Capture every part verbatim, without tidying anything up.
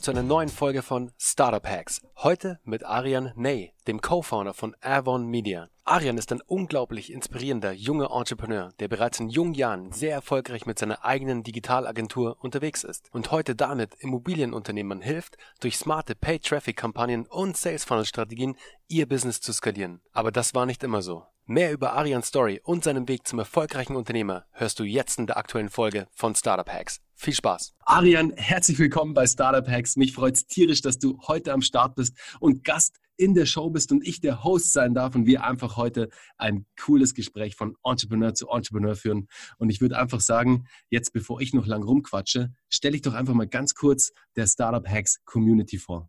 zu einer neuen Folge von Startup Hacks. Heute mit Arian Ney, dem Co-Founder von Avon Media. Arian ist ein unglaublich inspirierender junger Entrepreneur, der bereits in jungen Jahren sehr erfolgreich mit seiner eigenen Digitalagentur unterwegs ist und heute damit Immobilienunternehmern hilft, durch smarte Pay-Traffic-Kampagnen und Sales-Funnel-Strategien ihr Business zu skalieren. Aber das war nicht immer so. Mehr über Arians Story und seinen Weg zum erfolgreichen Unternehmer hörst du jetzt in der aktuellen Folge von Startup Hacks. Viel Spaß! Arian, herzlich willkommen bei Startup Hacks. Mich freut es tierisch, dass du heute am Start bist und Gast in der Show bist und ich der Host sein darf und wir einfach heute ein cooles Gespräch von Entrepreneur zu Entrepreneur führen. Und ich würde einfach sagen, jetzt bevor ich noch lang rumquatsche, stelle ich doch einfach mal ganz kurz der Startup Hacks Community vor.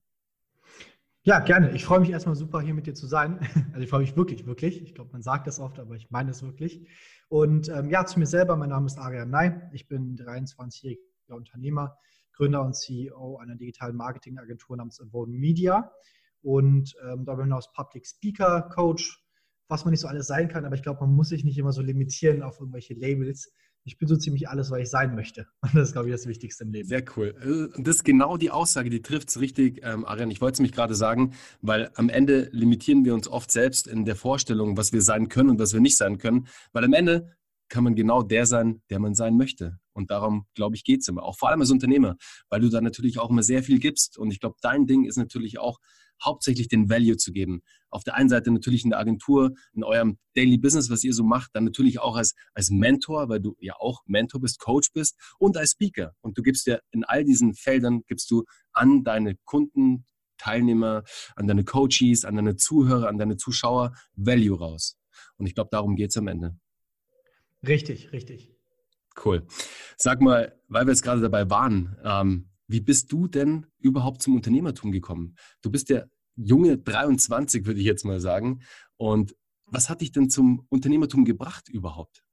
Ja, gerne. Ich freue mich erstmal super, hier mit dir zu sein. Also ich freue mich wirklich, wirklich. Ich glaube, man sagt das oft, aber ich meine es wirklich. Und ähm, ja, zu mir selber, mein Name ist Arian Ney. Ich bin dreiundzwanzigjähriger Unternehmer, Gründer und C E O einer digitalen Marketingagentur namens Avon Media. Und ähm, darüber hinaus Public Speaker, Coach, was man nicht so alles sein kann. Aber ich glaube, man muss sich nicht immer so limitieren auf irgendwelche Labels. Ich bin so ziemlich alles, was ich sein möchte. Und das ist, glaube ich, das Wichtigste im Leben. Sehr cool. Und das ist genau die Aussage, die trifft es richtig, ähm, Arian. Ich wollte es mich gerade sagen, weil am Ende limitieren wir uns oft selbst in der Vorstellung, was wir sein können und was wir nicht sein können. Weil am Ende kann man genau der sein, der man sein möchte. Und darum, glaube ich, geht es immer. Auch vor allem als Unternehmer, weil du da natürlich auch immer sehr viel gibst. Und ich glaube, dein Ding ist natürlich auch, hauptsächlich den Value zu geben. Auf der einen Seite natürlich in der Agentur, in eurem Daily Business, was ihr so macht, dann natürlich auch als, als Mentor, weil du ja auch Mentor bist, Coach bist und als Speaker. Und du gibst ja in all diesen Feldern, gibst du an deine Kunden, Teilnehmer, an deine Coaches, an deine Zuhörer, an deine Zuschauer Value raus. Und ich glaube, darum geht es am Ende. Richtig, richtig. Cool. Sag mal, weil wir jetzt gerade dabei waren, ähm, wie bist du denn überhaupt zum Unternehmertum gekommen? Du bist ja junge dreiundzwanzig, würde ich jetzt mal sagen. Und was hat dich denn zum Unternehmertum gebracht überhaupt?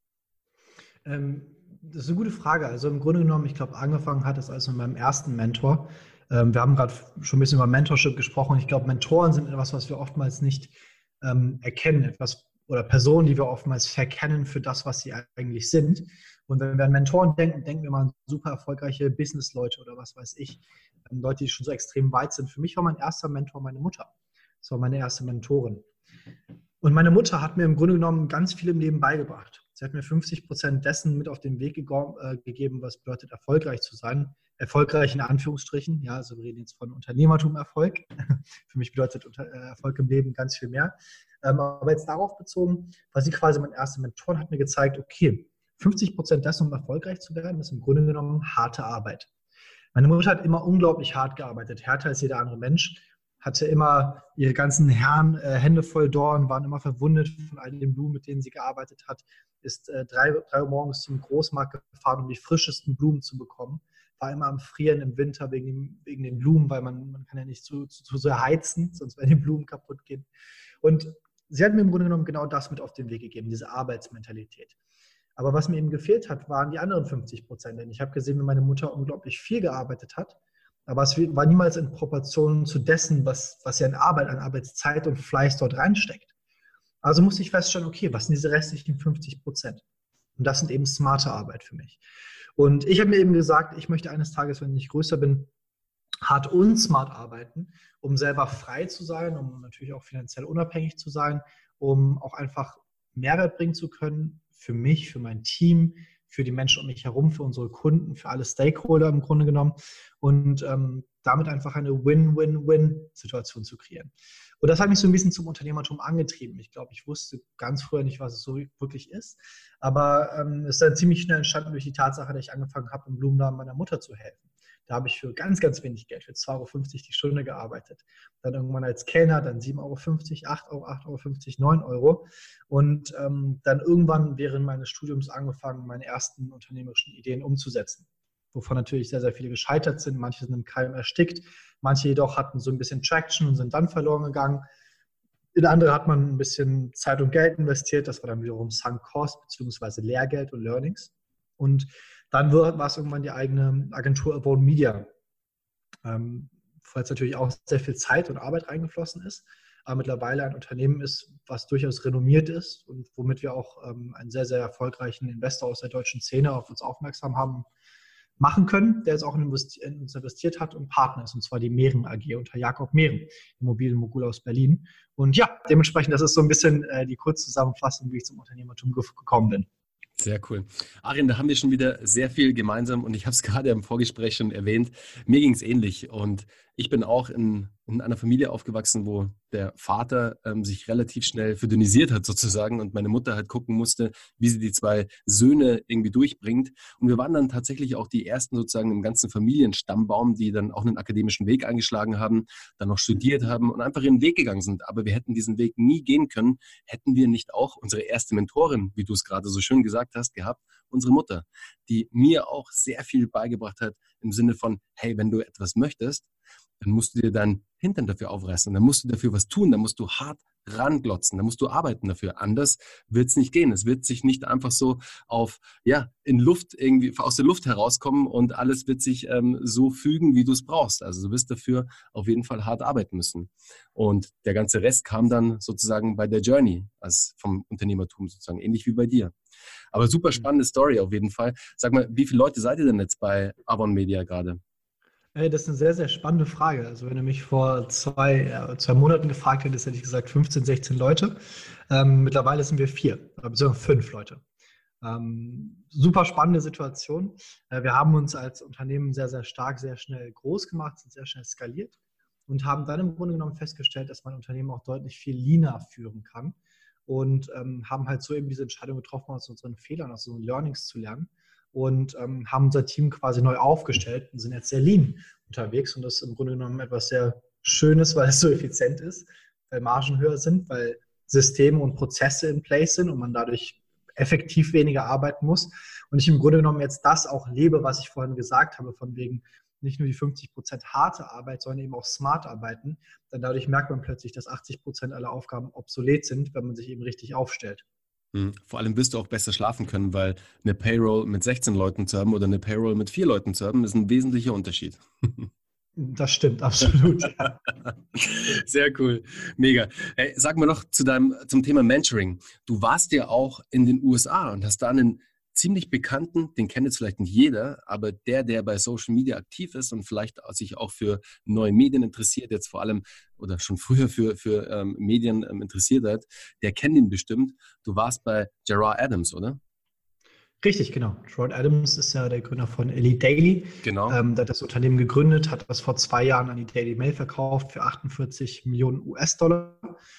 Ähm, das ist eine gute Frage. Also im Grunde genommen, ich glaube, angefangen hat es also mit meinem ersten Mentor. Ähm, wir haben gerade schon ein bisschen über Mentorship gesprochen. Ich glaube, Mentoren sind etwas, was wir oftmals nicht ähm, erkennen, etwas oder Personen, die wir oftmals verkennen für das, was sie eigentlich sind. Und wenn wir an Mentoren denken, denken wir mal an super erfolgreiche Businessleute oder was weiß ich, Leute, die schon so extrem weit sind. Für mich war mein erster Mentor meine Mutter. Das war meine erste Mentorin. Und meine Mutter hat mir im Grunde genommen ganz viel im Leben beigebracht. Sie hat mir fünfzig Prozent dessen mit auf den Weg ge- gegeben, was bedeutet, erfolgreich zu sein. Erfolgreich in Anführungsstrichen. Ja, also wir reden jetzt von Unternehmertum-Erfolg. Für mich bedeutet Erfolg im Leben ganz viel mehr. Aber jetzt darauf bezogen, war sie quasi mein erster Mentor und hat mir gezeigt, okay, fünfzig Prozent dessen, um erfolgreich zu werden, ist im Grunde genommen harte Arbeit. Meine Mutter hat immer unglaublich hart gearbeitet, härter als jeder andere Mensch, hatte immer ihre ganzen Herren, äh, Hände voll Dorn, waren immer verwundet von all den Blumen, mit denen sie gearbeitet hat, ist äh, drei, drei Uhr morgens zum Großmarkt gefahren, um die frischesten Blumen zu bekommen, war immer am Frieren im Winter wegen, dem, wegen den Blumen, weil man, man kann ja nicht zu, zu, zu sehr heizen, sonst werden die Blumen kaputt gehen. Und sie hat mir im Grunde genommen genau das mit auf den Weg gegeben, diese Arbeitsmentalität. Aber was mir eben gefehlt hat, waren die anderen fünfzig Prozent. Denn ich habe gesehen, wie meine Mutter unglaublich viel gearbeitet hat. Aber es war niemals in Proportion zu dessen, was, was ja in Arbeit, an Arbeitszeit und Fleiß dort reinsteckt. Also musste ich feststellen, okay, was sind diese restlichen fünfzig Prozent? Und das sind eben smarte Arbeit für mich. Und ich habe mir eben gesagt, ich möchte eines Tages, wenn ich größer bin, hart und smart arbeiten, um selber frei zu sein, um natürlich auch finanziell unabhängig zu sein, um auch einfach Mehrwert bringen zu können für mich, für mein Team, für die Menschen um mich herum, für unsere Kunden, für alle Stakeholder im Grunde genommen und ähm, damit einfach eine Win-Win-Win-Situation zu kreieren. Und das hat mich so ein bisschen zum Unternehmertum angetrieben. Ich glaube, ich wusste ganz früher nicht, was es so wirklich ist, aber ähm, es ist dann ziemlich schnell entstanden durch die Tatsache, dass ich angefangen habe, im Blumenladen meiner Mutter zu helfen. Da habe ich für ganz, ganz wenig Geld, für zwei Euro fünfzig die Stunde gearbeitet. Dann irgendwann als Kellner, dann sieben Euro fünfzig, acht Euro, acht Euro fünfzig, neun Euro. Und ähm, dann irgendwann während meines Studiums angefangen, meine ersten unternehmerischen Ideen umzusetzen. Wovon natürlich sehr, sehr viele gescheitert sind. Manche sind im Keim erstickt. Manche jedoch hatten so ein bisschen Traction und sind dann verloren gegangen. In andere hat man ein bisschen Zeit und Geld investiert. Das war dann wiederum Sunk Cost beziehungsweise Lehrgeld und Learnings. Und dann war es irgendwann die eigene Agentur Avon Media, ähm, wo jetzt natürlich auch sehr viel Zeit und Arbeit reingeflossen ist, aber mittlerweile ein Unternehmen ist, was durchaus renommiert ist und womit wir auch ähm, einen sehr, sehr erfolgreichen Investor aus der deutschen Szene auf uns aufmerksam haben machen können, der jetzt auch in uns investiert hat und Partner ist, und zwar die Mehren A G unter Jakob Mehren, Immobilienmogul aus Berlin. Und ja, dementsprechend, das ist so ein bisschen äh, die Kurzzusammenfassung, wie ich zum Unternehmertum gekommen bin. Sehr cool. Arjen, da haben wir schon wieder sehr viel gemeinsam und ich habe es gerade im Vorgespräch schon erwähnt. Mir ging es ähnlich und ich bin auch in, in einer Familie aufgewachsen, wo der Vater ähm, sich relativ schnell verdünnisiert hat sozusagen und meine Mutter halt gucken musste, wie sie die zwei Söhne irgendwie durchbringt. Und wir waren dann tatsächlich auch die ersten sozusagen im ganzen Familienstammbaum, die dann auch einen akademischen Weg eingeschlagen haben, dann noch studiert haben und einfach ihren Weg gegangen sind. Aber wir hätten diesen Weg nie gehen können, hätten wir nicht auch unsere erste Mentorin, wie du es gerade so schön gesagt hast, gehabt, unsere Mutter, die mir auch sehr viel beigebracht hat im Sinne von, hey, wenn du etwas möchtest, dann musst du dir deinen Hintern dafür aufreißen, dann musst du dafür was tun, dann musst du hart ranglotzen, dann musst du arbeiten dafür. Anders wird es nicht gehen. Es wird sich nicht einfach so auf, ja, in Luft irgendwie, aus der Luft herauskommen und alles wird sich ähm, so fügen, wie du es brauchst. Also du wirst dafür auf jeden Fall hart arbeiten müssen. Und der ganze Rest kam dann sozusagen bei der Journey, als vom Unternehmertum sozusagen, ähnlich wie bei dir. Aber super spannende Story auf jeden Fall. Sag mal, wie viele Leute seid ihr denn jetzt bei Avon Media gerade? Das ist eine sehr, sehr spannende Frage. Also wenn du mich vor zwei, äh, zwei Monaten gefragt hättest, hätte ich gesagt fünfzehn, sechzehn Leute. Ähm, mittlerweile sind wir vier, beziehungsweise fünf Leute. Ähm, super spannende Situation. Äh, wir haben uns als Unternehmen sehr, sehr stark, sehr schnell groß gemacht, sind sehr schnell skaliert und haben dann im Grunde genommen festgestellt, dass man Unternehmen auch deutlich viel leaner führen kann und ähm, haben halt so eben diese Entscheidung getroffen, aus unseren Fehlern, aus unseren Learnings zu lernen. Und ähm, haben unser Team quasi neu aufgestellt und sind jetzt sehr lean unterwegs. Und das ist im Grunde genommen etwas sehr Schönes, weil es so effizient ist, weil Margen höher sind, weil Systeme und Prozesse in place sind und man dadurch effektiv weniger arbeiten muss. Und ich im Grunde genommen jetzt das auch lebe, was ich vorhin gesagt habe, von wegen nicht nur die fünfzig Prozent harte Arbeit, sondern eben auch smart arbeiten. Denn dadurch merkt man plötzlich, dass achtzig Prozent aller Aufgaben obsolet sind, wenn man sich eben richtig aufstellt. Vor allem wirst du auch besser schlafen können, weil eine Payroll mit sechzehn Leuten zu haben oder eine Payroll mit vier Leuten zu haben, ist ein wesentlicher Unterschied. Das stimmt, absolut. Sehr cool, mega. Hey, sag mal noch zu deinem, zum Thema Mentoring. Du warst ja auch in den U S A und hast da einen ziemlich bekannten, den kennt jetzt vielleicht nicht jeder, aber der, der bei Social Media aktiv ist und vielleicht sich auch für neue Medien interessiert, jetzt vor allem oder schon früher für, für ähm, Medien ähm, interessiert hat, der kennt ihn bestimmt. Du warst bei Gerard Adams, oder? Richtig, genau. Gerard Adams ist ja der Gründer von Elite Daily. Genau. Ähm, der hat das Unternehmen gegründet, hat das vor zwei Jahren an die Daily Mail verkauft für achtundvierzig Millionen U S-Dollar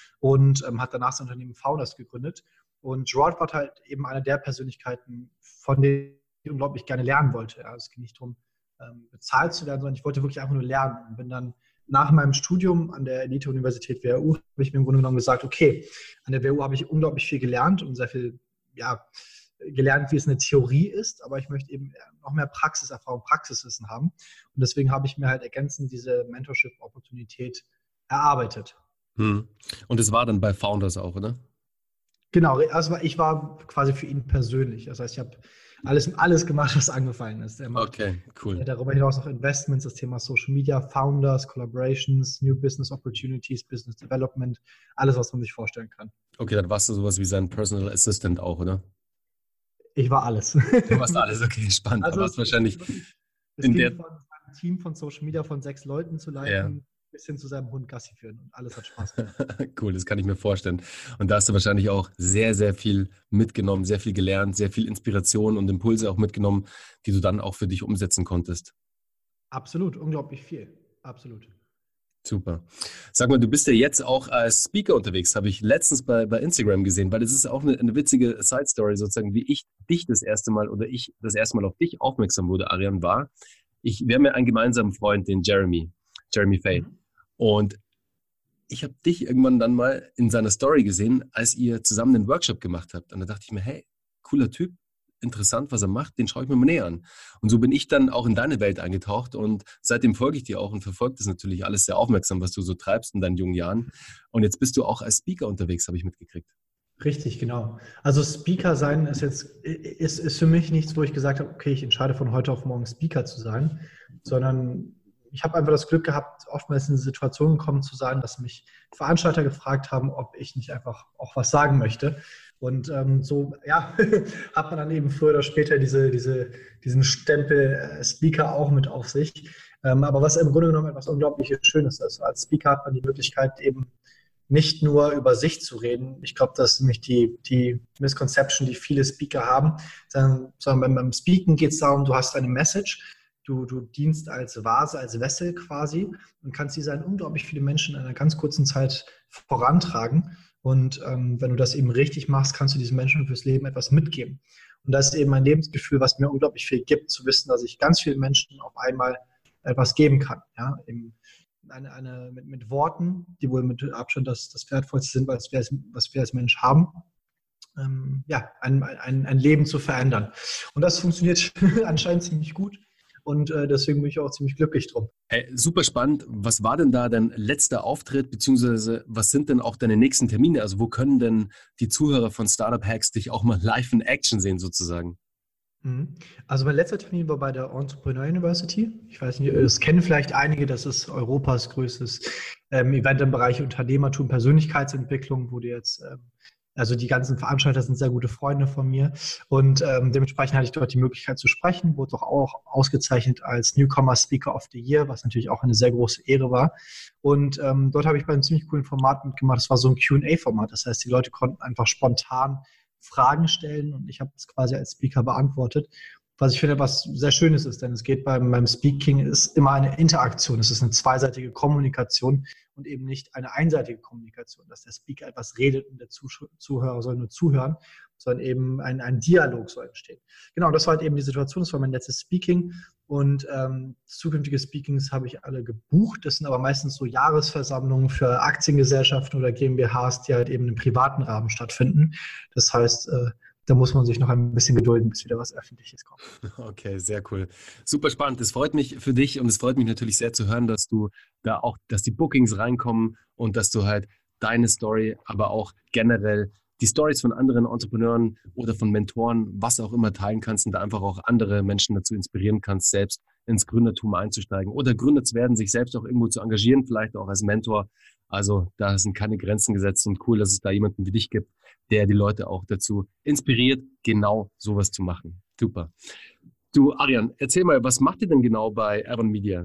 und ähm, hat danach das Unternehmen Founders gegründet. Und Gerard war halt eben eine der Persönlichkeiten, von denen ich unglaublich gerne lernen wollte. Ja, es ging nicht darum, ähm, bezahlt zu werden, sondern ich wollte wirklich einfach nur lernen. Und bin dann nach meinem Studium an der Elite-Universität W H U, habe ich mir im Grunde genommen gesagt, okay, an der W H U habe ich unglaublich viel gelernt und sehr viel, ja, gelernt, wie es eine Theorie ist, aber ich möchte eben noch mehr Praxiserfahrung, Praxiswissen haben. Und deswegen habe ich mir halt ergänzend diese Mentorship-Opportunität erarbeitet. Hm. Und es war dann bei Founders auch, oder? Genau, also ich war quasi für ihn persönlich. Das heißt, ich habe alles, alles gemacht, was angefallen ist. Er macht okay, cool. Darüber hinaus noch Investments, das Thema Social Media, Founders, Collaborations, New Business Opportunities, Business Development, alles, was man sich vorstellen kann. Okay, dann warst du sowas wie sein Personal Assistant auch, oder? Ich war alles. Du warst alles, okay, spannend. Also aber es wahrscheinlich es in ging der von einem Team von Social Media von sechs Leuten zu leiten, ja. bis hin zu seinem Hund Gassi führen. Und alles hat Spaß gemacht. Cool, das kann ich mir vorstellen. Und da hast du wahrscheinlich auch sehr, sehr viel mitgenommen, sehr viel gelernt, sehr viel Inspiration und Impulse auch mitgenommen, die du dann auch für dich umsetzen konntest. Absolut, unglaublich viel. Absolut. Super. Sag mal, du bist ja jetzt auch als Speaker unterwegs, habe ich letztens bei, bei Instagram gesehen, weil es ist auch eine, eine witzige Side-Story sozusagen, wie ich dich das erste Mal oder ich das erste Mal auf dich aufmerksam wurde, Arjan, war. Ich, wir haben ja einen gemeinsamen Freund, den Jeremy, Jeremy Fay. Mhm. Und ich habe dich irgendwann dann mal in seiner Story gesehen, als ihr zusammen einen Workshop gemacht habt. Und da dachte ich mir, hey, cooler Typ, interessant, was er macht, den schaue ich mir mal näher an. Und so bin ich dann auch in deine Welt eingetaucht und seitdem folge ich dir auch und verfolge das natürlich alles sehr aufmerksam, was du so treibst in deinen jungen Jahren. Und jetzt bist du auch als Speaker unterwegs, habe ich mitgekriegt. Richtig, genau. Also Speaker sein ist jetzt ist, ist für mich nichts, wo ich gesagt habe, okay, ich entscheide von heute auf morgen Speaker zu sein, sondern ich habe einfach das Glück gehabt, oftmals in Situationen gekommen zu sein, dass mich Veranstalter gefragt haben, ob ich nicht einfach auch was sagen möchte. Und ähm, so, ja, hat man dann eben früher oder später diese, diese, diesen Stempel äh, Speaker auch mit auf sich. Ähm, aber was im Grunde genommen etwas Unglaubliches Schönes ist. Als Speaker hat man die Möglichkeit, eben nicht nur über sich zu reden. Ich glaube, das ist nämlich die, die Misconception, die viele Speaker haben. Sondern, sondern beim Speaken geht es darum, du hast eine Message, du, du dienst als Vase, als Wessel quasi und kannst diese an unglaublich viele Menschen in einer ganz kurzen Zeit vorantragen. Und ähm, wenn du das eben richtig machst, kannst du diesen Menschen fürs Leben etwas mitgeben. Und das ist eben ein Lebensgefühl, was mir unglaublich viel gibt, zu wissen, dass ich ganz vielen Menschen auf einmal etwas geben kann. Ja? Eben eine, eine, mit, mit Worten, die wohl mit Abstand das, das Wertvollste sind, was wir als, was wir als Mensch haben, ähm, ja, ein, ein, ein Leben zu verändern. Und das funktioniert anscheinend ziemlich gut. Und äh, deswegen bin ich auch ziemlich glücklich drum. Hey, super spannend. Was war denn da dein letzter Auftritt, beziehungsweise was sind denn auch deine nächsten Termine? Also wo können denn die Zuhörer von Startup Hacks dich auch mal live in Action sehen sozusagen? Also mein letzter Termin war bei der Entrepreneur University. Ich weiß nicht, das kennen vielleicht einige, das ist Europas größtes ähm, Event im Bereich Unternehmertum, Persönlichkeitsentwicklung, wo die jetzt ähm, Also die ganzen Veranstalter sind sehr gute Freunde von mir und ähm, dementsprechend hatte ich dort die Möglichkeit zu sprechen, wurde doch auch ausgezeichnet als Newcomer Speaker of the Year, was natürlich auch eine sehr große Ehre war. Und ähm, dort habe ich bei einem ziemlich coolen Format mitgemacht. Das war so ein Q und A-Format. Das heißt, die Leute konnten einfach spontan Fragen stellen und ich habe es quasi als Speaker beantwortet. Was ich finde, was sehr Schönes ist, denn es geht beim, beim Speaking, ist immer eine Interaktion. Es ist eine zweiseitige Kommunikation und eben nicht eine einseitige Kommunikation, dass der Speaker etwas redet und der Zuhörer soll nur zuhören, sondern eben ein, ein Dialog soll entstehen. Genau, das war halt eben die Situation. Das war mein letztes Speaking und ähm, zukünftige Speakings habe ich alle gebucht. Das sind aber meistens so Jahresversammlungen für Aktiengesellschaften oder GmbHs, die halt eben im privaten Rahmen stattfinden. Das heißt, äh, da muss man sich noch ein bisschen gedulden, bis wieder was Öffentliches kommt. Okay, sehr cool. Super spannend. Es freut mich für dich und es freut mich natürlich sehr zu hören, dass du da auch, dass die Bookings reinkommen und dass du halt deine Story, aber auch generell die Stories von anderen Entrepreneuren oder von Mentoren, was auch immer teilen kannst und da einfach auch andere Menschen dazu inspirieren kannst, selbst ins Gründertum einzusteigen oder Gründer zu werden, sich selbst auch irgendwo zu engagieren, vielleicht auch als Mentor. Also da sind keine Grenzen gesetzt und cool, dass es da jemanden wie dich gibt, der die Leute auch dazu inspiriert, genau sowas zu machen. Super. Du, Arian, erzähl mal, was macht ihr denn genau bei Avon Media?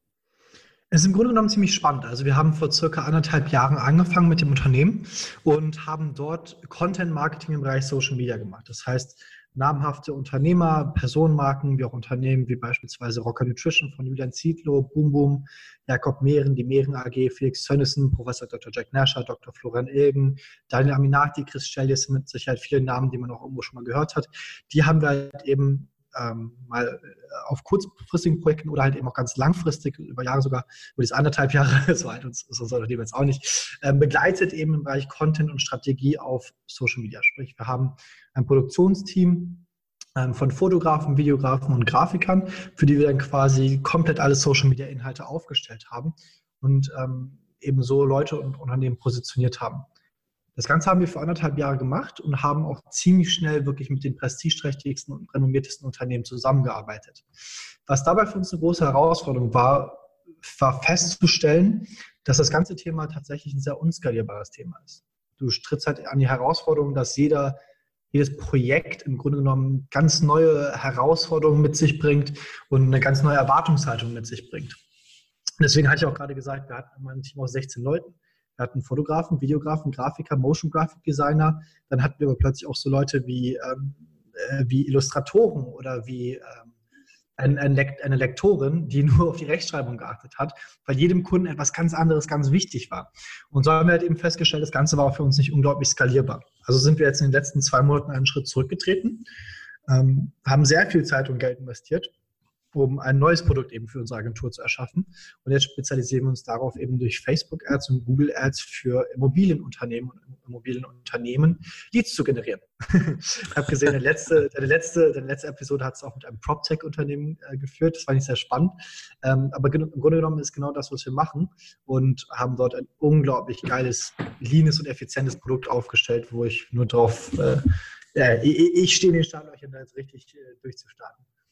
Es ist im Grunde genommen ziemlich spannend. Also wir haben vor circa anderthalb Jahren angefangen mit dem Unternehmen und haben dort Content-Marketing im Bereich Social Media gemacht. Das heißt, namhafte Unternehmer, Personenmarken, wie auch Unternehmen wie beispielsweise Rocker Nutrition von Julian Zietlow, Boom Boom, Jakob Mehren, die Mehren A G, Felix Tönnissen, Professor Doktor Jack Nasher, Doktor Florian Ilgen, Daniel Aminati, Chris Schelius, mit Sicherheit viele Namen, die man auch irgendwo schon mal gehört hat. Die haben wir halt eben ähm, mal auf kurzfristigen Projekten oder halt eben auch ganz langfristig, über Jahre sogar, über das anderthalb Jahre, so alt ist unser Unternehmen jetzt auch nicht, ähm, begleitet eben im Bereich Content und Strategie auf Social Media. Sprich, wir haben ein Produktionsteam ähm, von Fotografen, Videografen und Grafikern, für die wir dann quasi komplett alle Social Media Inhalte aufgestellt haben und ähm, eben so Leute und Unternehmen positioniert haben. Das Ganze haben wir für anderthalb Jahre gemacht und haben auch ziemlich schnell wirklich mit den prestigeträchtigsten und renommiertesten Unternehmen zusammengearbeitet. Was dabei für uns eine große Herausforderung war, war festzustellen, dass das ganze Thema tatsächlich ein sehr unskalierbares Thema ist. Du trittst halt an die Herausforderung, dass jeder, jedes Projekt im Grunde genommen ganz neue Herausforderungen mit sich bringt und eine ganz neue Erwartungshaltung mit sich bringt. Deswegen hatte ich auch gerade gesagt, wir hatten immer ein Team aus sechzehn Leuten. Wir hatten Fotografen, Videografen, Grafiker, Motion Graphic Designer. Dann hatten wir aber plötzlich auch so Leute wie, ähm, äh, wie Illustratoren oder wie ähm, ein, ein Lekt, eine Lektorin, die nur auf die Rechtschreibung geachtet hat, weil jedem Kunden etwas ganz anderes ganz wichtig war. Und so haben wir halt eben festgestellt, das Ganze war für uns nicht unglaublich skalierbar. Also sind wir jetzt in den letzten zwei Monaten einen Schritt zurückgetreten, ähm, haben sehr viel Zeit und Geld investiert, um ein neues Produkt eben für unsere Agentur zu erschaffen. Und jetzt spezialisieren wir uns darauf, eben durch Facebook-Ads und Google-Ads für Immobilienunternehmen und Immobilienunternehmen Leads zu generieren. Ich habe gesehen, die letzte, die letzte, die letzte Episode hat es auch mit einem PropTech-Unternehmen äh, geführt. Das fand ich sehr spannend. Ähm, aber im Grunde genommen ist genau das, was wir machen und haben dort ein unglaublich geiles, leanes und effizientes Produkt aufgestellt, wo ich nur drauf, äh, äh, ich, ich stehe in den Startlöchern, da jetzt richtig äh, durchzustarten.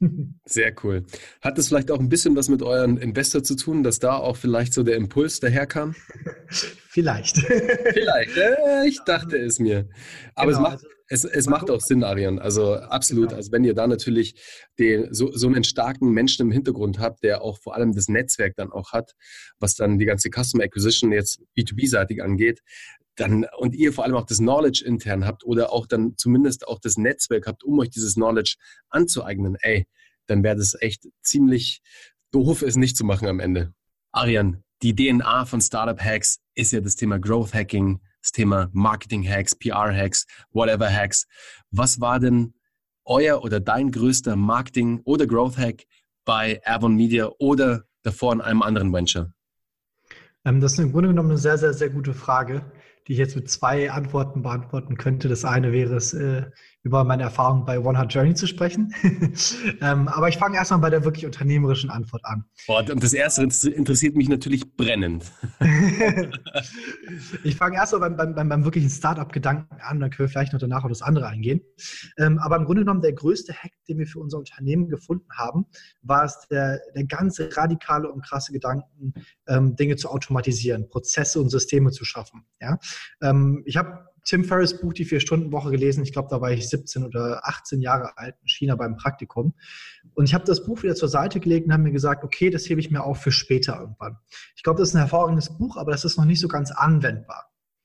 Sehr cool. Hat das vielleicht auch ein bisschen was mit euren Investor zu tun, dass da auch vielleicht so der Impuls daherkam? Vielleicht. Vielleicht, äh, ich dachte es mir. Aber es Genau, macht, also es, es mal macht auch gucken. Sinn, Arian. Also absolut. Genau. Also wenn ihr da natürlich den, so, so einen starken Menschen im Hintergrund habt, der auch vor allem das Netzwerk dann auch hat, was dann die ganze Customer Acquisition jetzt B zwei B-seitig angeht, dann, und ihr vor allem auch das Knowledge intern habt oder auch dann zumindest auch das Netzwerk habt, um euch dieses Knowledge anzueignen, ey, dann wäre das echt ziemlich doof, es nicht zu machen am Ende. Arian, die D N A von Startup Hacks ist ja das Thema Growth Hacking, das Thema Marketing Hacks, P R Hacks, whatever Hacks. Was war denn euer oder dein größter Marketing- oder Growth Hack bei Avon Media oder davor in einem anderen Venture? Ähm, das ist im Grunde genommen eine sehr, sehr, sehr gute Frage, die ich jetzt mit zwei Antworten beantworten könnte. Das eine wäre es, äh, über meine Erfahrung bei One Heart Journey zu sprechen. ähm, aber ich fange erstmal bei der wirklich unternehmerischen Antwort an. Boah, und das erste interessiert mich natürlich brennend. Ich fange erstmal beim, beim, beim, beim wirklichen Startup-Gedanken an, dann können wir vielleicht noch danach auf das andere eingehen. Ähm, aber im Grunde genommen der größte Hack, den wir für unser Unternehmen gefunden haben, war es der, der ganze radikale und krasse Gedanken, ähm, Dinge zu automatisieren, Prozesse und Systeme zu schaffen. Ja? Ähm, ich habe Tim Ferriss' Buch Die Vier-Stunden-Woche gelesen. Ich glaube, da war ich siebzehn oder achtzehn Jahre alt in China beim Praktikum. Und ich habe das Buch wieder zur Seite gelegt und habe mir gesagt, okay, das hebe ich mir auf für später irgendwann. Ich glaube, das ist ein hervorragendes Buch, aber das ist noch nicht so ganz anwendbar.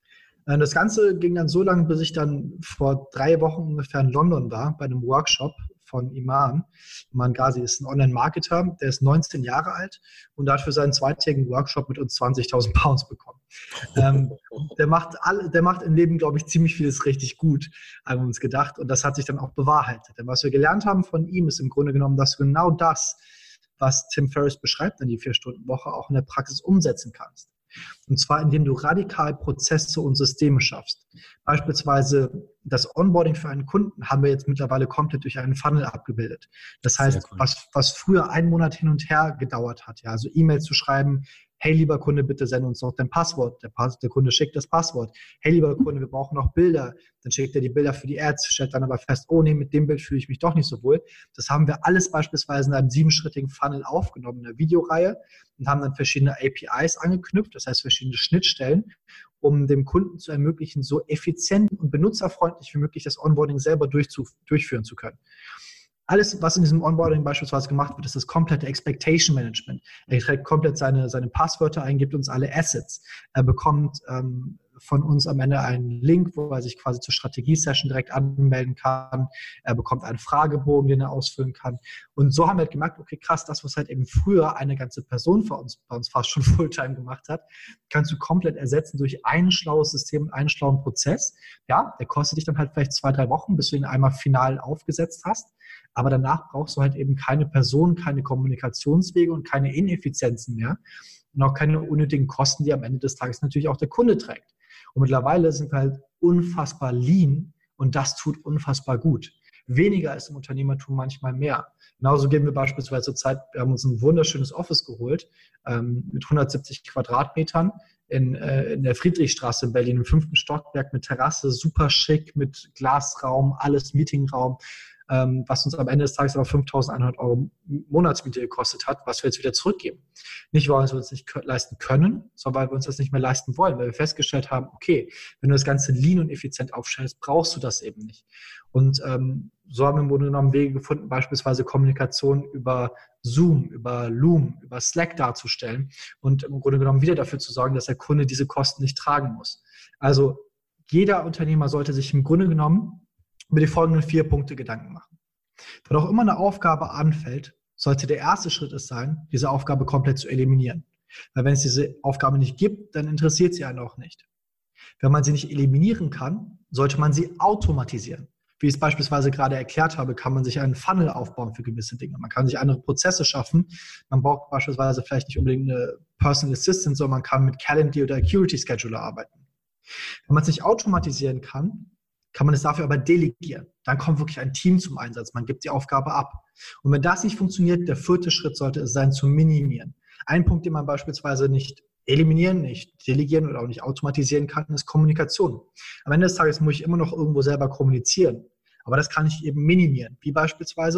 Das Ganze ging dann so lange, bis ich dann vor drei Wochen ungefähr in London war, bei einem Workshop von Iman. Iman Ghazi ist ein Online-Marketer, der ist neunzehn Jahre alt und hat für seinen zweitägigen Workshop mit uns zwanzigtausend Pounds bekommen. ähm, der, macht alle, der macht im Leben, glaube ich, ziemlich vieles richtig gut, haben wir uns gedacht. Und das hat sich dann auch bewahrheitet. Denn was wir gelernt haben von ihm, ist im Grunde genommen, dass du genau das, was Tim Ferriss beschreibt in die Vier-Stunden-Woche, auch in der Praxis umsetzen kannst. Und zwar, indem du radikal Prozesse und Systeme schaffst. Beispielsweise das Onboarding für einen Kunden haben wir jetzt mittlerweile komplett durch einen Funnel abgebildet. Das heißt, cool. was, was früher einen Monat hin und her gedauert hat, ja, also E-Mails zu schreiben, hey, lieber Kunde, bitte send uns noch dein Passwort. Der, Pass, der Kunde schickt das Passwort. Hey, lieber Kunde, wir brauchen noch Bilder. Dann schickt er die Bilder für die Ads, stellt dann aber fest, oh nee, mit dem Bild fühle ich mich doch nicht so wohl. Das haben wir alles beispielsweise in einem siebenschrittigen Funnel aufgenommen, in einer Videoreihe, und haben dann verschiedene A P Is angeknüpft, das heißt verschiedene Schnittstellen, um dem Kunden zu ermöglichen, so effizient und benutzerfreundlich wie möglich das Onboarding selber durchzu, durchführen zu können. Alles, was in diesem Onboarding beispielsweise gemacht wird, ist das komplette Expectation Management. Er trägt komplett seine, seine Passwörter ein, gibt uns alle Assets. Er bekommt ähm, von uns am Ende einen Link, wo er sich quasi zur Strategie-Session direkt anmelden kann. Er bekommt einen Fragebogen, den er ausfüllen kann. Und so haben wir halt gemerkt, okay, krass, das, was halt eben früher eine ganze Person bei uns, bei uns fast schon Fulltime gemacht hat, kannst du komplett ersetzen durch ein schlaues System, einen schlauen Prozess. Ja, der kostet dich dann halt vielleicht zwei, drei Wochen, bis du ihn einmal final aufgesetzt hast. Aber danach brauchst du halt eben keine Person, keine Kommunikationswege und keine Ineffizienzen mehr und auch keine unnötigen Kosten, die am Ende des Tages natürlich auch der Kunde trägt. Und mittlerweile sind wir halt unfassbar lean und das tut unfassbar gut. Weniger ist im Unternehmertum manchmal mehr. Genauso gehen wir beispielsweise zur Zeit, wir haben uns ein wunderschönes Office geholt ähm, mit hundertsiebzig Quadratmetern in, äh, in der Friedrichstraße in Berlin, im fünften Stockwerk mit Terrasse, super schick, mit Glasraum, alles Meetingraum. Ähm, was uns am Ende des Tages aber fünftausendeinhundert Euro Monatsmiete gekostet hat, was wir jetzt wieder zurückgeben. Nicht, weil wir uns nicht leisten können, sondern weil wir uns das nicht mehr leisten wollen, weil wir festgestellt haben, okay, wenn du das Ganze lean und effizient aufstellst, brauchst du das eben nicht. Und ähm, so haben wir im Grunde genommen Wege gefunden, beispielsweise Kommunikation über Zoom, über Loom, über Slack darzustellen und im Grunde genommen wieder dafür zu sorgen, dass der Kunde diese Kosten nicht tragen muss. Also jeder Unternehmer sollte sich im Grunde genommen über die folgenden vier Punkte Gedanken machen. Wenn auch immer eine Aufgabe anfällt, sollte der erste Schritt es sein, diese Aufgabe komplett zu eliminieren. Weil wenn es diese Aufgabe nicht gibt, dann interessiert sie einen auch nicht. Wenn man sie nicht eliminieren kann, sollte man sie automatisieren. Wie ich es beispielsweise gerade erklärt habe, kann man sich einen Funnel aufbauen für gewisse Dinge. Man kann sich andere Prozesse schaffen. Man braucht beispielsweise vielleicht nicht unbedingt eine Personal Assistant, sondern man kann mit Calendly oder Acuity Scheduler arbeiten. Wenn man es nicht automatisieren kann, kann man es dafür aber delegieren. Dann kommt wirklich ein Team zum Einsatz. Man gibt die Aufgabe ab. Und wenn das nicht funktioniert, der vierte Schritt sollte es sein, zu minimieren. Ein Punkt, den man beispielsweise nicht eliminieren, nicht delegieren oder auch nicht automatisieren kann, ist Kommunikation. Am Ende des Tages muss ich immer noch irgendwo selber kommunizieren. Aber das kann ich eben minimieren. Wie beispielsweise,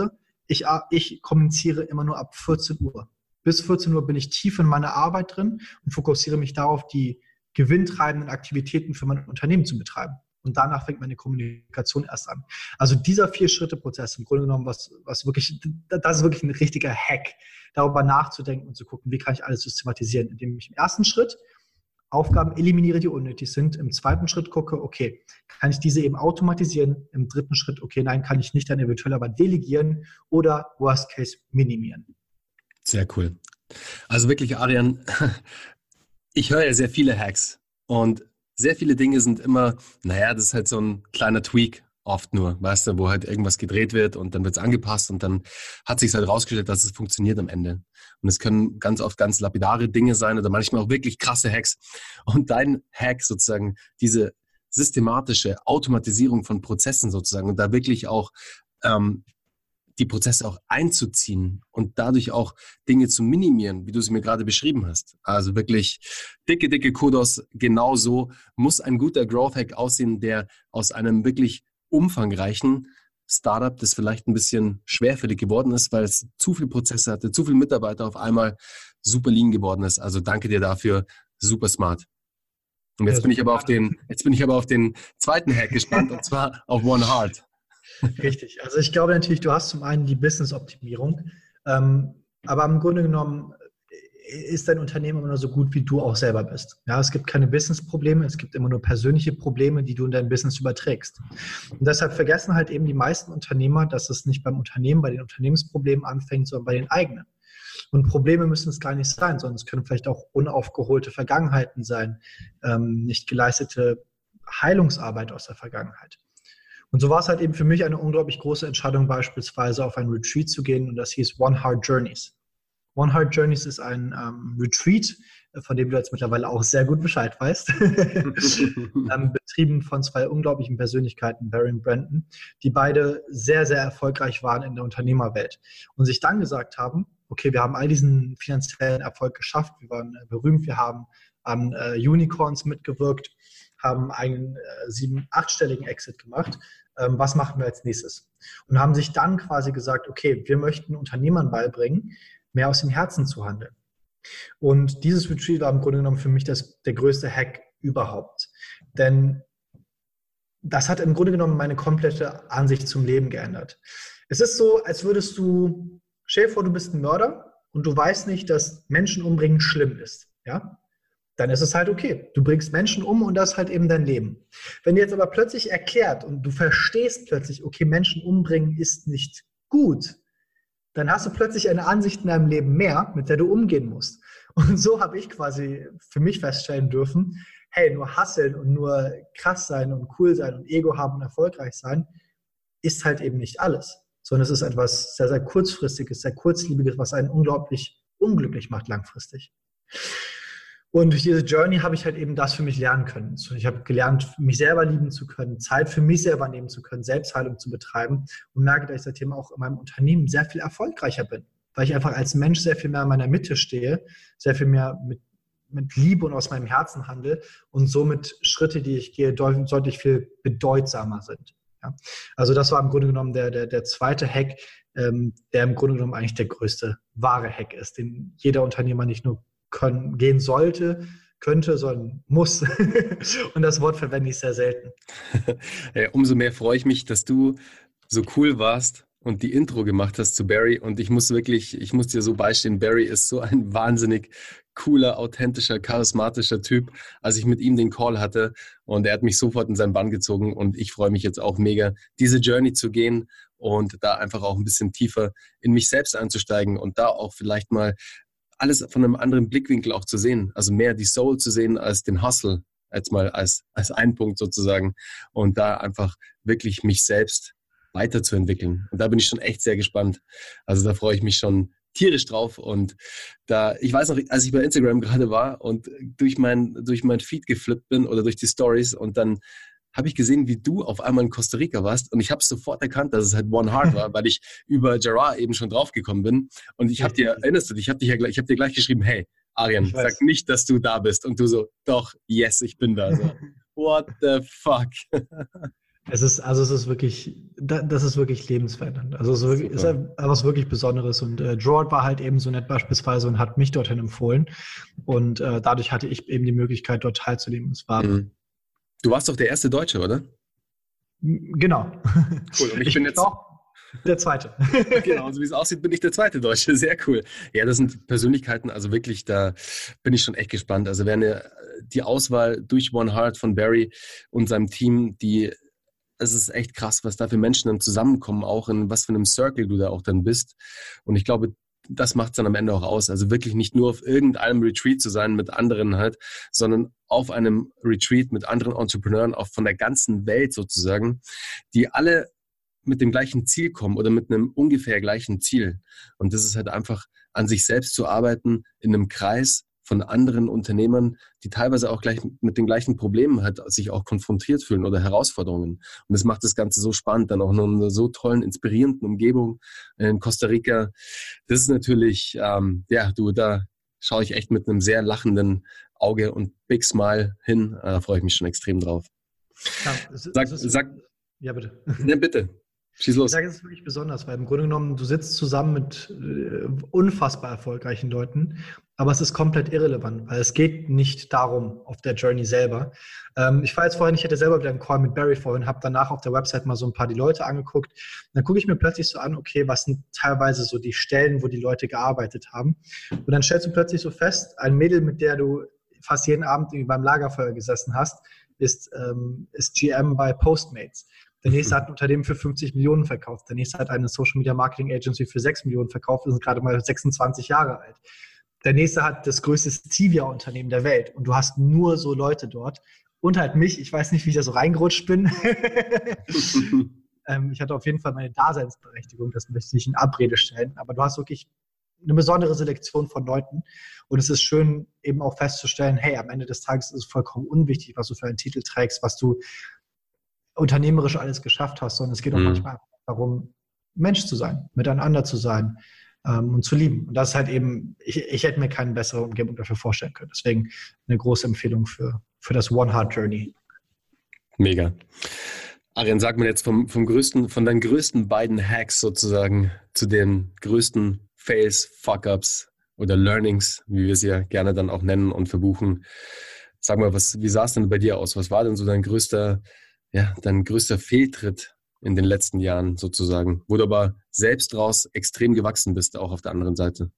ich, ich kommuniziere immer nur ab vierzehn Uhr. Bis vierzehn Uhr bin ich tief in meiner Arbeit drin und fokussiere mich darauf, die gewinntreibenden Aktivitäten für mein Unternehmen zu betreiben. Und danach fängt meine Kommunikation erst an. Also dieser Vier-Schritte-Prozess im Grunde genommen, was, was wirklich, das ist wirklich ein richtiger Hack, darüber nachzudenken und zu gucken, wie kann ich alles systematisieren, indem ich im ersten Schritt Aufgaben eliminiere, die unnötig sind. Im zweiten Schritt gucke, okay, kann ich diese eben automatisieren? Im dritten Schritt, okay, nein, kann ich nicht, dann eventuell aber delegieren oder Worst Case minimieren. Sehr cool. Also wirklich, Arian, ich höre ja sehr viele Hacks und sehr viele Dinge sind immer, naja, das ist halt so ein kleiner Tweak oft nur, weißt du, wo halt irgendwas gedreht wird und dann wird es angepasst und dann hat sich halt rausgestellt, dass es funktioniert am Ende. Und es können ganz oft ganz lapidare Dinge sein oder manchmal auch wirklich krasse Hacks. Und dein Hack sozusagen, diese systematische Automatisierung von Prozessen sozusagen und da wirklich auch ähm, die Prozesse auch einzuziehen und dadurch auch Dinge zu minimieren, wie du sie mir gerade beschrieben hast. Also wirklich dicke, dicke Kudos. Genauso muss ein guter Growth Hack aussehen, der aus einem wirklich umfangreichen Startup, das vielleicht ein bisschen schwerfällig geworden ist, weil es zu viele Prozesse hatte, zu viele Mitarbeiter auf einmal, super lean geworden ist. Also danke dir dafür, super smart. Und jetzt ja, bin ich aber auf den, jetzt bin ich aber auf den zweiten Hack gespannt, und zwar auf One Heart. Richtig. Also ich glaube natürlich, du hast zum einen die Business-Optimierung, ähm, aber im Grunde genommen ist dein Unternehmen immer nur so gut, wie du auch selber bist. Ja, es gibt keine Business-Probleme, es gibt immer nur persönliche Probleme, die du in dein Business überträgst. Und deshalb vergessen halt eben die meisten Unternehmer, dass es nicht beim Unternehmen, bei den Unternehmensproblemen anfängt, sondern bei den eigenen. Und Probleme müssen es gar nicht sein, sondern es können vielleicht auch unaufgeholte Vergangenheiten sein, ähm, nicht geleistete Heilungsarbeit aus der Vergangenheit. Und so war es halt eben für mich eine unglaublich große Entscheidung, beispielsweise auf ein Retreat zu gehen, und das hieß One Heart Journeys. One Heart Journeys ist ein ähm, Retreat, von dem du jetzt mittlerweile auch sehr gut Bescheid weißt, ähm, betrieben von zwei unglaublichen Persönlichkeiten, Barry und Brandon, die beide sehr, sehr erfolgreich waren in der Unternehmerwelt und sich dann gesagt haben, okay, wir haben all diesen finanziellen Erfolg geschafft, wir waren äh, berühmt, wir haben an äh, Unicorns mitgewirkt, haben einen äh, sieben-, achtstelligen Exit gemacht. Ähm, was machen wir als nächstes? Und haben sich dann quasi gesagt, okay, wir möchten Unternehmern beibringen, mehr aus dem Herzen zu handeln. Und dieses Retreat war im Grunde genommen für mich das, der größte Hack überhaupt. Denn das hat im Grunde genommen meine komplette Ansicht zum Leben geändert. Es ist so, als würdest du, stell dir vor, du bist ein Mörder und du weißt nicht, dass Menschen umbringen schlimm ist. Ja? Dann ist es halt okay. Du bringst Menschen um und das ist halt eben dein Leben. Wenn dir jetzt aber plötzlich erklärt und du verstehst plötzlich, okay, Menschen umbringen ist nicht gut, dann hast du plötzlich eine Ansicht in deinem Leben mehr, mit der du umgehen musst. Und so habe ich quasi für mich feststellen dürfen, hey, nur hasseln und nur krass sein und cool sein und Ego haben und erfolgreich sein, ist halt eben nicht alles. Sondern es ist etwas sehr, sehr kurzfristiges, sehr kurzlebiges, was einen unglaublich unglücklich macht langfristig. Und durch diese Journey habe ich halt eben das für mich lernen können. Ich habe gelernt, mich selber lieben zu können, Zeit für mich selber nehmen zu können, Selbstheilung zu betreiben und merke, dass ich seitdem auch in meinem Unternehmen sehr viel erfolgreicher bin, weil ich einfach als Mensch sehr viel mehr in meiner Mitte stehe, sehr viel mehr mit, mit Liebe und aus meinem Herzen handle und somit Schritte, die ich gehe, deutlich viel bedeutsamer sind. Ja? Also das war im Grunde genommen der, der, der zweite Hack, ähm, der im Grunde genommen eigentlich der größte wahre Hack ist, den jeder Unternehmer nicht nur können, gehen sollte, könnte, sondern muss. Und das Wort verwende ich sehr selten. Hey, umso mehr freue ich mich, dass du so cool warst und die Intro gemacht hast zu Barry. Und ich muss wirklich, ich muss dir so beistehen, Barry ist so ein wahnsinnig cooler, authentischer, charismatischer Typ, als ich mit ihm den Call hatte. Und er hat mich sofort in seinen Bann gezogen. Und ich freue mich jetzt auch mega, diese Journey zu gehen und da einfach auch ein bisschen tiefer in mich selbst einzusteigen und da auch vielleicht mal alles von einem anderen Blickwinkel auch zu sehen. Also mehr die Soul zu sehen als den Hustle, jetzt mal als, als ein Punkt sozusagen. Und da einfach wirklich mich selbst weiterzuentwickeln. Und da bin ich schon echt sehr gespannt. Also da freue ich mich schon tierisch drauf. Und da, ich weiß noch, als ich bei Instagram gerade war und durch mein, durch mein Feed geflippt bin oder durch die Stories und dann habe ich gesehen, wie du auf einmal in Costa Rica warst und ich habe sofort erkannt, dass es halt One Heart war, weil ich über Gerard eben schon draufgekommen bin und ich habe dir, erinnerst du dich, ich habe dich ja gleich, ich habe dir gleich geschrieben, hey, Arian, sag nicht, dass du da bist und du so, doch, yes, ich bin da. So, what the fuck? Es ist, also es ist wirklich, das ist wirklich lebensverändernd. Also es ist, wirklich, ist etwas wirklich Besonderes. Und äh, Gerard war halt eben so nett beispielsweise und hat mich dorthin empfohlen. Und äh, dadurch hatte ich eben die Möglichkeit, dort teilzunehmen. Es war mhm. Du warst doch der erste Deutsche, oder? Genau. Cool. Und ich, ich bin jetzt auch der Zweite. Genau, so wie es aussieht, bin ich der zweite Deutsche. Sehr cool. Ja, das sind Persönlichkeiten, also wirklich, da bin ich schon echt gespannt. Also wenn die Auswahl durch One Heart von Barry und seinem Team, die, es ist echt krass, was da für Menschen dann zusammenkommen, auch in was für einem Circle du da auch dann bist. Und ich glaube, das macht es dann am Ende auch aus. Also wirklich nicht nur auf irgendeinem Retreat zu sein mit anderen halt, sondern auf einem Retreat mit anderen Entrepreneuren, auch von der ganzen Welt sozusagen, die alle mit dem gleichen Ziel kommen oder mit einem ungefähr gleichen Ziel. Und das ist halt einfach, an sich selbst zu arbeiten in einem Kreis von anderen Unternehmern, die teilweise auch gleich mit den gleichen Problemen halt sich auch konfrontiert fühlen oder Herausforderungen. Und das macht das Ganze so spannend, dann auch noch in einer so tollen, inspirierenden Umgebung in Costa Rica. Das ist natürlich, ähm, ja, du, da schaue ich echt mit einem sehr lachenden Auge und Big Smile hin. Da freue ich mich schon extrem drauf. Ja, es, sag, es ist, sag, ja, bitte. Ne, bitte. Schieß los. Ich sage, es ist wirklich besonders, weil im Grunde genommen, du sitzt zusammen mit äh, unfassbar erfolgreichen Leuten, aber es ist komplett irrelevant, weil es geht nicht darum, auf der Journey selber. Ähm, ich war jetzt vorhin, ich hatte selber wieder einen Call mit Barry vorhin, habe danach auf der Website mal so ein paar die Leute angeguckt. Dann gucke ich mir plötzlich so an, okay, was sind teilweise so die Stellen, wo die Leute gearbeitet haben. Und dann stellst du plötzlich so fest, ein Mädel, mit der du fast jeden Abend beim Lagerfeuer gesessen hast, ist, ähm, ist G M bei Postmates. Der nächste hat ein Unternehmen für fünfzig Millionen verkauft. Der nächste hat eine Social Media Marketing Agency für sechs Millionen verkauft. Das ist gerade mal sechsundzwanzig Jahre alt. Der nächste hat das größte Stevia-Unternehmen der Welt. Und du hast nur so Leute dort. Und halt mich. Ich weiß nicht, wie ich da so reingerutscht bin. ähm, ich hatte auf jeden Fall meine Daseinsberechtigung. Das möchte ich nicht in Abrede stellen. Aber du hast wirklich eine besondere Selektion von Leuten. Und es ist schön, eben auch festzustellen, hey, am Ende des Tages ist es vollkommen unwichtig, was du für einen Titel trägst, was du unternehmerisch alles geschafft hast, sondern es geht auch mhm. manchmal darum, Mensch zu sein, miteinander zu sein ähm, und zu lieben. Und das ist halt eben, ich, ich hätte mir keine bessere Umgebung dafür vorstellen können. Deswegen eine große Empfehlung für, für das One Heart Journey. Mega. Arjen, sag mir jetzt vom, vom größten, von deinen größten beiden Hacks sozusagen zu den größten Fails, Fuck-Ups oder Learnings, wie wir sie ja gerne dann auch nennen und verbuchen. Sag mal, was, wie sah es denn bei dir aus? Was war denn so dein größter Ja, dein größter Fehltritt in den letzten Jahren sozusagen, wo du aber selbst draus extrem gewachsen bist, auch auf der anderen Seite?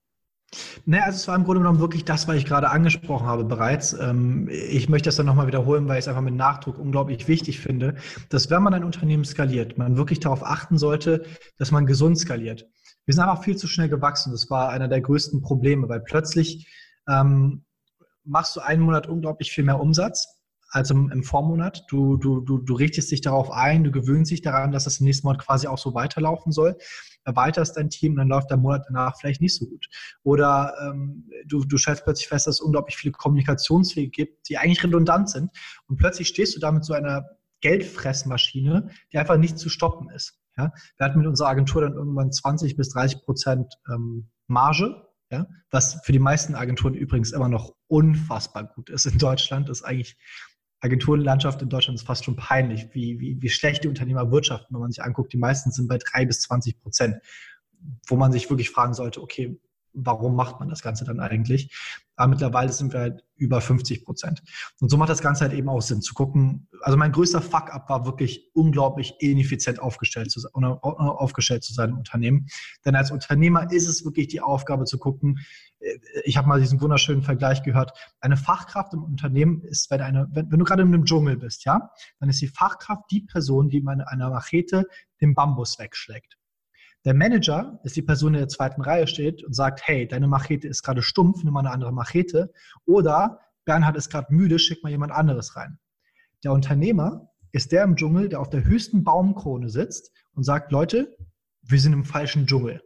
Naja, also es war im Grunde genommen wirklich das, was ich gerade angesprochen habe bereits. Ich möchte das dann nochmal wiederholen, weil ich es einfach mit Nachdruck unglaublich wichtig finde, dass wenn man ein Unternehmen skaliert, man wirklich darauf achten sollte, dass man gesund skaliert. Wir sind einfach viel zu schnell gewachsen. Das war einer der größten Probleme, weil plötzlich ähm, machst du einen Monat unglaublich viel mehr Umsatz als im, im Vormonat. Du, du, du, du richtest dich darauf ein, du gewöhnst dich daran, dass das im nächsten Monat quasi auch so weiterlaufen soll. Erweiterst dein Team, dann läuft der Monat danach vielleicht nicht so gut. Oder ähm, du, du stellst plötzlich fest, dass es unglaublich viele Kommunikationswege gibt, die eigentlich redundant sind. Und plötzlich stehst du da mit so einer Geldfressmaschine, die einfach nicht zu stoppen ist. Ja? Wir hatten mit unserer Agentur dann irgendwann zwanzig bis dreißig Prozent ähm, Marge. Ja, was für die meisten Agenturen übrigens immer noch unfassbar gut ist in Deutschland. Das ist eigentlich, Agenturenlandschaft in Deutschland ist fast schon peinlich, wie, wie, wie schlecht die Unternehmer wirtschaften, wenn man sich anguckt. Die meisten sind bei drei bis zwanzig Prozent, wo man sich wirklich fragen sollte, okay, warum macht man das Ganze dann eigentlich? Aber mittlerweile sind wir halt über fünfzig Prozent. Und so macht das Ganze halt eben auch Sinn, zu gucken. Also mein größter Fuck-up war wirklich unglaublich ineffizient aufgestellt zu sein, aufgestellt zu sein im Unternehmen. Denn als Unternehmer ist es wirklich die Aufgabe zu gucken, ich habe mal diesen wunderschönen Vergleich gehört, eine Fachkraft im Unternehmen ist, wenn, eine, wenn, wenn du gerade in einem Dschungel bist, ja, dann ist die Fachkraft die Person, die mit einer Machete den Bambus wegschlägt. Der Manager ist die Person, die in der zweiten Reihe steht und sagt, hey, deine Machete ist gerade stumpf, nimm mal eine andere Machete. Oder Bernhard ist gerade müde, schick mal jemand anderes rein. Der Unternehmer ist der im Dschungel, der auf der höchsten Baumkrone sitzt und sagt, Leute, wir sind im falschen Dschungel.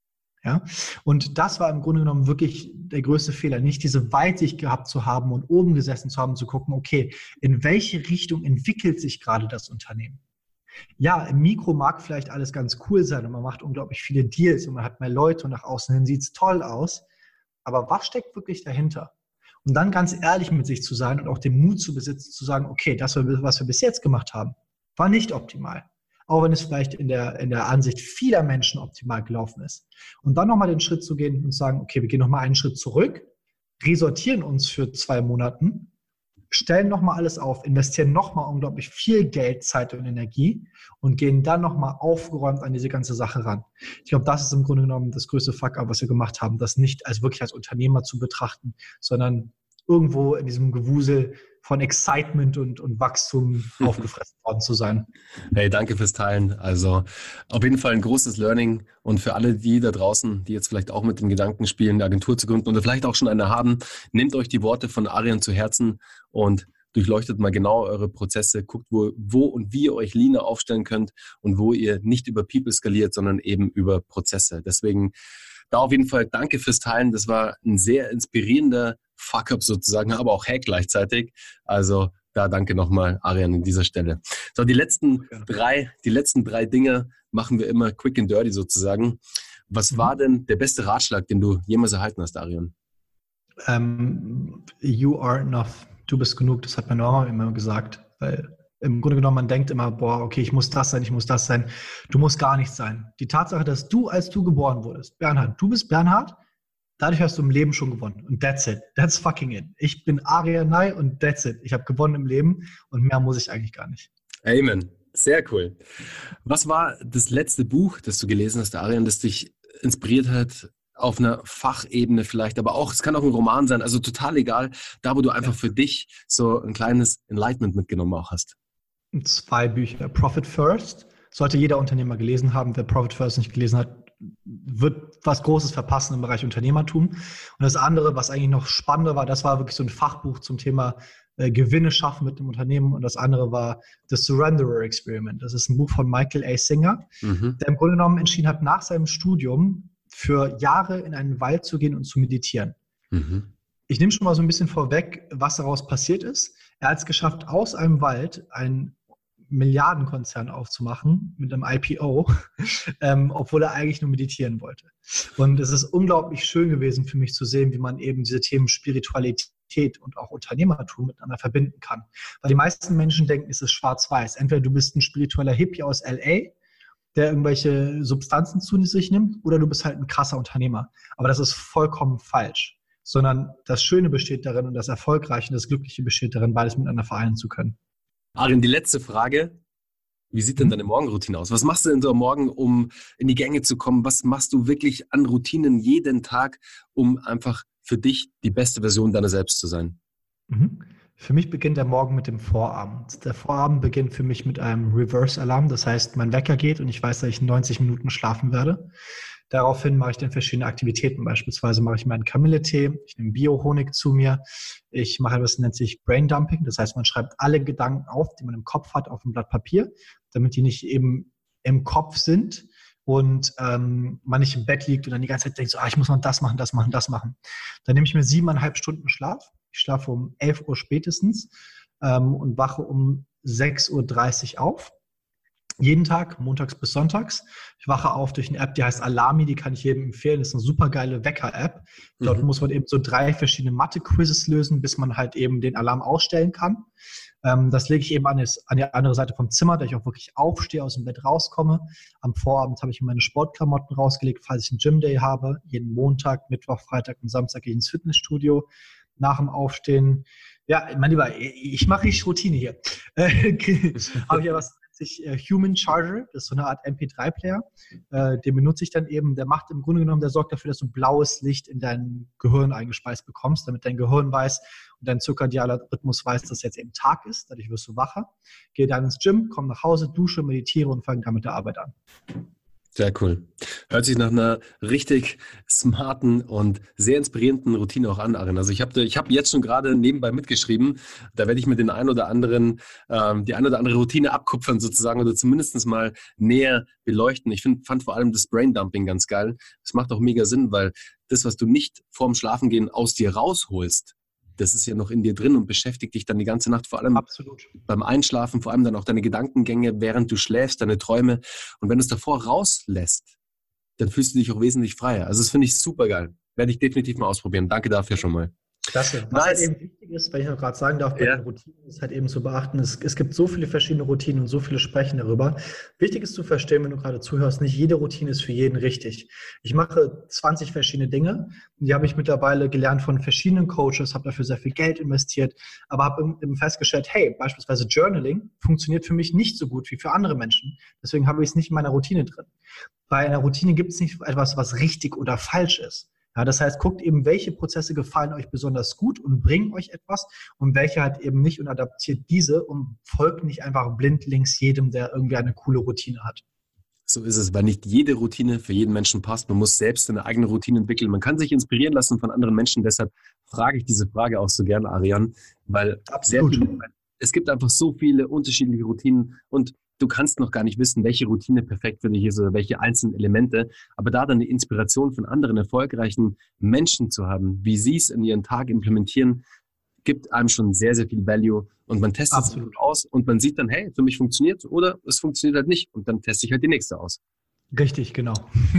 Ja? Und das war im Grunde genommen wirklich der größte Fehler, nicht diese Weitsicht gehabt zu haben und oben gesessen zu haben, zu gucken, okay, in welche Richtung entwickelt sich gerade das Unternehmen? Ja, im Mikro mag vielleicht alles ganz cool sein und man macht unglaublich viele Deals und man hat mehr Leute und nach außen hin sieht es toll aus. Aber was steckt wirklich dahinter? Und dann ganz ehrlich mit sich zu sein und auch den Mut zu besitzen, zu sagen, okay, das, was wir bis jetzt gemacht haben, war nicht optimal. Auch wenn es vielleicht in der, in der Ansicht vieler Menschen optimal gelaufen ist. Und dann nochmal den Schritt zu gehen und sagen, okay, wir gehen nochmal einen Schritt zurück, resortieren uns für zwei Monaten, stellen nochmal alles auf, investieren nochmal unglaublich viel Geld, Zeit und Energie und gehen dann nochmal aufgeräumt an diese ganze Sache ran. Ich glaube, das ist im Grunde genommen das größte Fuck-up, was wir gemacht haben, das nicht als wirklich als Unternehmer zu betrachten, sondern irgendwo in diesem Gewusel von Excitement und, und Wachstum aufgefressen worden zu sein. Hey, danke fürs Teilen. Also auf jeden Fall ein großes Learning und für alle die da draußen, die jetzt vielleicht auch mit dem Gedanken spielen, eine Agentur zu gründen oder vielleicht auch schon eine haben, nehmt euch die Worte von Arian zu Herzen und durchleuchtet mal genau eure Prozesse, guckt, wo, wo und wie ihr euch leaner aufstellen könnt und wo ihr nicht über People skaliert, sondern eben über Prozesse. Deswegen da auf jeden Fall danke fürs Teilen. Das war ein sehr inspirierender Fuck-up sozusagen, aber auch Hack gleichzeitig. Also da danke nochmal, Arian, an dieser Stelle. So, die letzten drei, die letzten drei Dinge machen wir immer quick and dirty sozusagen. Was war denn der beste Ratschlag, den du jemals erhalten hast, Arian? Um, you are enough. Du bist genug. Das hat meine Mama immer gesagt, weil im Grunde genommen, man denkt immer, boah, okay, ich muss das sein, ich muss das sein. Du musst gar nichts sein. Die Tatsache, dass du, als du geboren wurdest, Bernhard, du bist Bernhard, dadurch hast du im Leben schon gewonnen. Und that's it. That's fucking it. Ich bin Arian Ney und that's it. Ich habe gewonnen im Leben und mehr muss ich eigentlich gar nicht. Amen. Sehr cool. Was war das letzte Buch, das du gelesen hast, Arian, das dich inspiriert hat, auf einer Fachebene vielleicht, aber auch, es kann auch ein Roman sein, also total egal, da wo du einfach für dich so ein kleines Enlightenment mitgenommen auch hast? Zwei Bücher. Profit First sollte jeder Unternehmer gelesen haben. Wer Profit First nicht gelesen hat, wird was Großes verpassen im Bereich Unternehmertum. Und das andere, was eigentlich noch spannender war, das war wirklich so ein Fachbuch zum Thema äh, Gewinne schaffen mit dem Unternehmen. Und das andere war The Surrenderer Experiment. Das ist ein Buch von Michael A. Singer, mhm. der im Grunde genommen entschieden hat, nach seinem Studium für Jahre in einen Wald zu gehen und zu meditieren. Mhm. Ich nehme schon mal so ein bisschen vorweg, was daraus passiert ist. Er hat es geschafft, aus einem Wald ein Milliardenkonzern aufzumachen mit einem I P O, ähm, obwohl er eigentlich nur meditieren wollte. Und es ist unglaublich schön gewesen für mich zu sehen, wie man eben diese Themen Spiritualität und auch Unternehmertum miteinander verbinden kann. Weil die meisten Menschen denken, es ist schwarz-weiß. Entweder du bist ein spiritueller Hippie aus L A, der irgendwelche Substanzen zu sich nimmt, oder du bist halt ein krasser Unternehmer. Aber das ist vollkommen falsch. Sondern das Schöne besteht darin und das Erfolgreiche und das Glückliche besteht darin, beides miteinander vereinen zu können. Arian, die letzte Frage. Wie sieht denn deine Morgenroutine aus? Was machst du denn so am Morgen, um in die Gänge zu kommen? Was machst du wirklich an Routinen jeden Tag, um einfach für dich die beste Version deiner selbst zu sein? Mhm. Für mich beginnt der Morgen mit dem Vorabend. Der Vorabend beginnt für mich mit einem Reverse-Alarm. Das heißt, mein Wecker geht und ich weiß, dass ich neunzig Minuten schlafen werde. Daraufhin mache ich dann verschiedene Aktivitäten. Beispielsweise mache ich meinen Kamilletee, ich nehme Bio-Honig zu mir. Ich mache etwas, das nennt sich Braindumping. Das heißt, man schreibt alle Gedanken auf, die man im Kopf hat, auf ein Blatt Papier, damit die nicht eben im Kopf sind und ähm, man nicht im Bett liegt und dann die ganze Zeit denkt, so, ah, ich muss noch das machen, das machen, das machen. Dann nehme ich mir siebeneinhalb Stunden Schlaf. Ich schlafe um elf Uhr spätestens ähm, und wache um sechs Uhr dreißig auf. Jeden Tag, montags bis sonntags. Ich wache auf durch eine App, die heißt Alarmi, die kann ich jedem empfehlen. Das ist eine super geile Wecker-App. Dort mhm. muss man eben so drei verschiedene Mathe-Quizzes lösen, bis man halt eben den Alarm ausstellen kann. Ähm, das lege ich eben an, das, an die andere Seite vom Zimmer, da ich auch wirklich aufstehe, aus dem Bett rauskomme. Am Vorabend habe ich mir meine Sportklamotten rausgelegt, falls ich einen Gym-Day habe. Jeden Montag, Mittwoch, Freitag und Samstag gehe ich ins Fitnessstudio. Nach dem Aufstehen, ja, mein Lieber, ich mache richtig Routine hier. Habe ich ja was, sich äh, Human Charger, das ist so eine Art M P drei Player, äh, den benutze ich dann eben, der macht im Grunde genommen, der sorgt dafür, dass du blaues Licht in dein Gehirn eingespeist bekommst, damit dein Gehirn weiß und dein zirkadianer Rhythmus weiß, dass jetzt eben Tag ist, dadurch wirst du wacher. Gehe dann ins Gym, komm nach Hause, dusche, meditiere und fange dann mit der Arbeit an. Sehr cool. Hört sich nach einer richtig smarten und sehr inspirierenden Routine auch an, Arian. Also ich habe ich hab jetzt schon gerade nebenbei mitgeschrieben, da werde ich mir den ein oder anderen, ähm, die ein oder andere Routine abkupfern sozusagen oder zumindest mal näher beleuchten. Ich find, fand vor allem das Braindumping ganz geil. Das macht auch mega Sinn, weil das, was du nicht vorm Schlafengehen aus dir rausholst, das ist ja noch in dir drin und beschäftigt dich dann die ganze Nacht, vor allem Absolut. Beim Einschlafen, vor allem dann auch deine Gedankengänge, während du schläfst, deine Träume. Und wenn du es davor rauslässt, dann fühlst du dich auch wesentlich freier. Also das finde ich super geil. Werde ich definitiv mal ausprobieren. Danke dafür schon mal. Klasse. Was nice. halt eben wichtig ist, wenn ich noch gerade sagen darf, bei ja. den Routinen ist halt eben zu beachten, es, es gibt so viele verschiedene Routinen und so viele sprechen darüber. Wichtig ist zu verstehen, wenn du gerade zuhörst, nicht jede Routine ist für jeden richtig. Ich mache zwanzig verschiedene Dinge, die habe ich mittlerweile gelernt von verschiedenen Coaches, habe dafür sehr viel Geld investiert, aber habe eben festgestellt, hey, beispielsweise Journaling funktioniert für mich nicht so gut wie für andere Menschen. Deswegen habe ich es nicht in meiner Routine drin. Bei einer Routine gibt es nicht etwas, was richtig oder falsch ist. Ja, das heißt, guckt eben, welche Prozesse gefallen euch besonders gut und bringen euch etwas und welche halt eben nicht und adaptiert diese und folgt nicht einfach blindlings jedem, der irgendwie eine coole Routine hat. So ist es, weil nicht jede Routine für jeden Menschen passt. Man muss selbst eine eigene Routine entwickeln. Man kann sich inspirieren lassen von anderen Menschen. Deshalb frage ich diese Frage auch so gerne, Arian, weil Absolut. Sehr viele, es gibt einfach so viele unterschiedliche Routinen und du kannst noch gar nicht wissen, welche Routine perfekt für dich ist oder welche einzelnen Elemente. Aber da dann eine Inspiration von anderen erfolgreichen Menschen zu haben, wie sie es in ihren Tag implementieren, gibt einem schon sehr, sehr viel Value. Und man testet es aus und man sieht dann, hey, für mich funktioniert oder es funktioniert halt nicht. Und dann teste ich halt die nächste aus. Richtig, genau.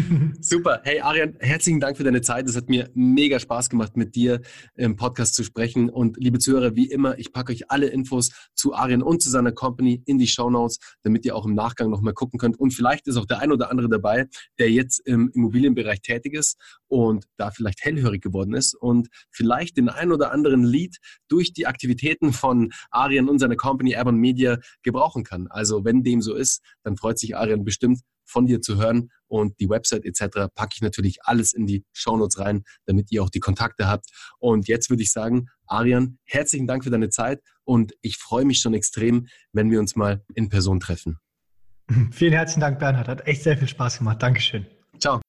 Super. Hey Arian, herzlichen Dank für deine Zeit. Es hat mir mega Spaß gemacht, mit dir im Podcast zu sprechen. Und liebe Zuhörer, wie immer, ich packe euch alle Infos zu Arian und zu seiner Company in die Shownotes, damit ihr auch im Nachgang nochmal gucken könnt. Und vielleicht ist auch der ein oder andere dabei, der jetzt im Immobilienbereich tätig ist und da vielleicht hellhörig geworden ist und vielleicht den ein oder anderen Lead durch die Aktivitäten von Arian und seiner Company Avon Media gebrauchen kann. Also wenn dem so ist, dann freut sich Arian bestimmt, von dir zu hören, und die Website et cetera packe ich natürlich alles in die Shownotes rein, damit ihr auch die Kontakte habt. Und jetzt würde ich sagen, Arian, herzlichen Dank für deine Zeit und ich freue mich schon extrem, wenn wir uns mal in Person treffen. Vielen herzlichen Dank, Bernhard. Hat echt sehr viel Spaß gemacht. Dankeschön. Ciao.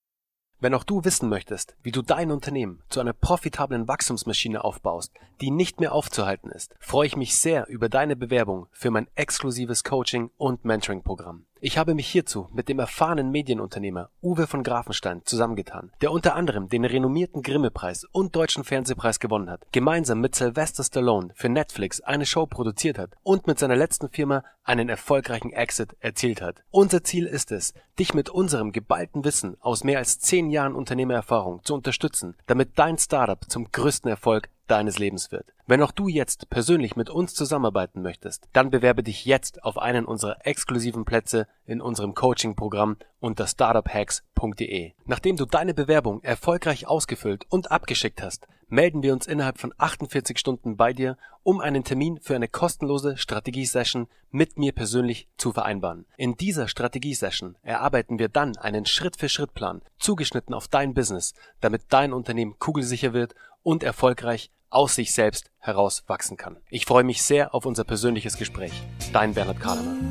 Wenn auch du wissen möchtest, wie du dein Unternehmen zu einer profitablen Wachstumsmaschine aufbaust, die nicht mehr aufzuhalten ist, freue ich mich sehr über deine Bewerbung für mein exklusives Coaching- und Mentoring-Programm. Ich habe mich hierzu mit dem erfahrenen Medienunternehmer Uwe von Grafenstein zusammengetan, der unter anderem den renommierten Grimme-Preis und Deutschen Fernsehpreis gewonnen hat, gemeinsam mit Sylvester Stallone für Netflix eine Show produziert hat und mit seiner letzten Firma einen erfolgreichen Exit erzielt hat. Unser Ziel ist es, dich mit unserem geballten Wissen aus mehr als zehn Jahren Unternehmererfahrung zu unterstützen, damit dein Startup zum größten Erfolg deines Lebens wird. Wenn auch du jetzt persönlich mit uns zusammenarbeiten möchtest, dann bewerbe dich jetzt auf einen unserer exklusiven Plätze in unserem Coaching-Programm unter startup hacks punkt de. Nachdem du deine Bewerbung erfolgreich ausgefüllt und abgeschickt hast, melden wir uns innerhalb von achtundvierzig Stunden bei dir, um einen Termin für eine kostenlose Strategie-Session mit mir persönlich zu vereinbaren. In dieser Strategie-Session erarbeiten wir dann einen Schritt-für-Schritt-Plan, zugeschnitten auf dein Business, damit dein Unternehmen kugelsicher wird und erfolgreich aus sich selbst heraus wachsen kann. Ich freue mich sehr auf unser persönliches Gespräch. Dein Bernhard Kahlemann.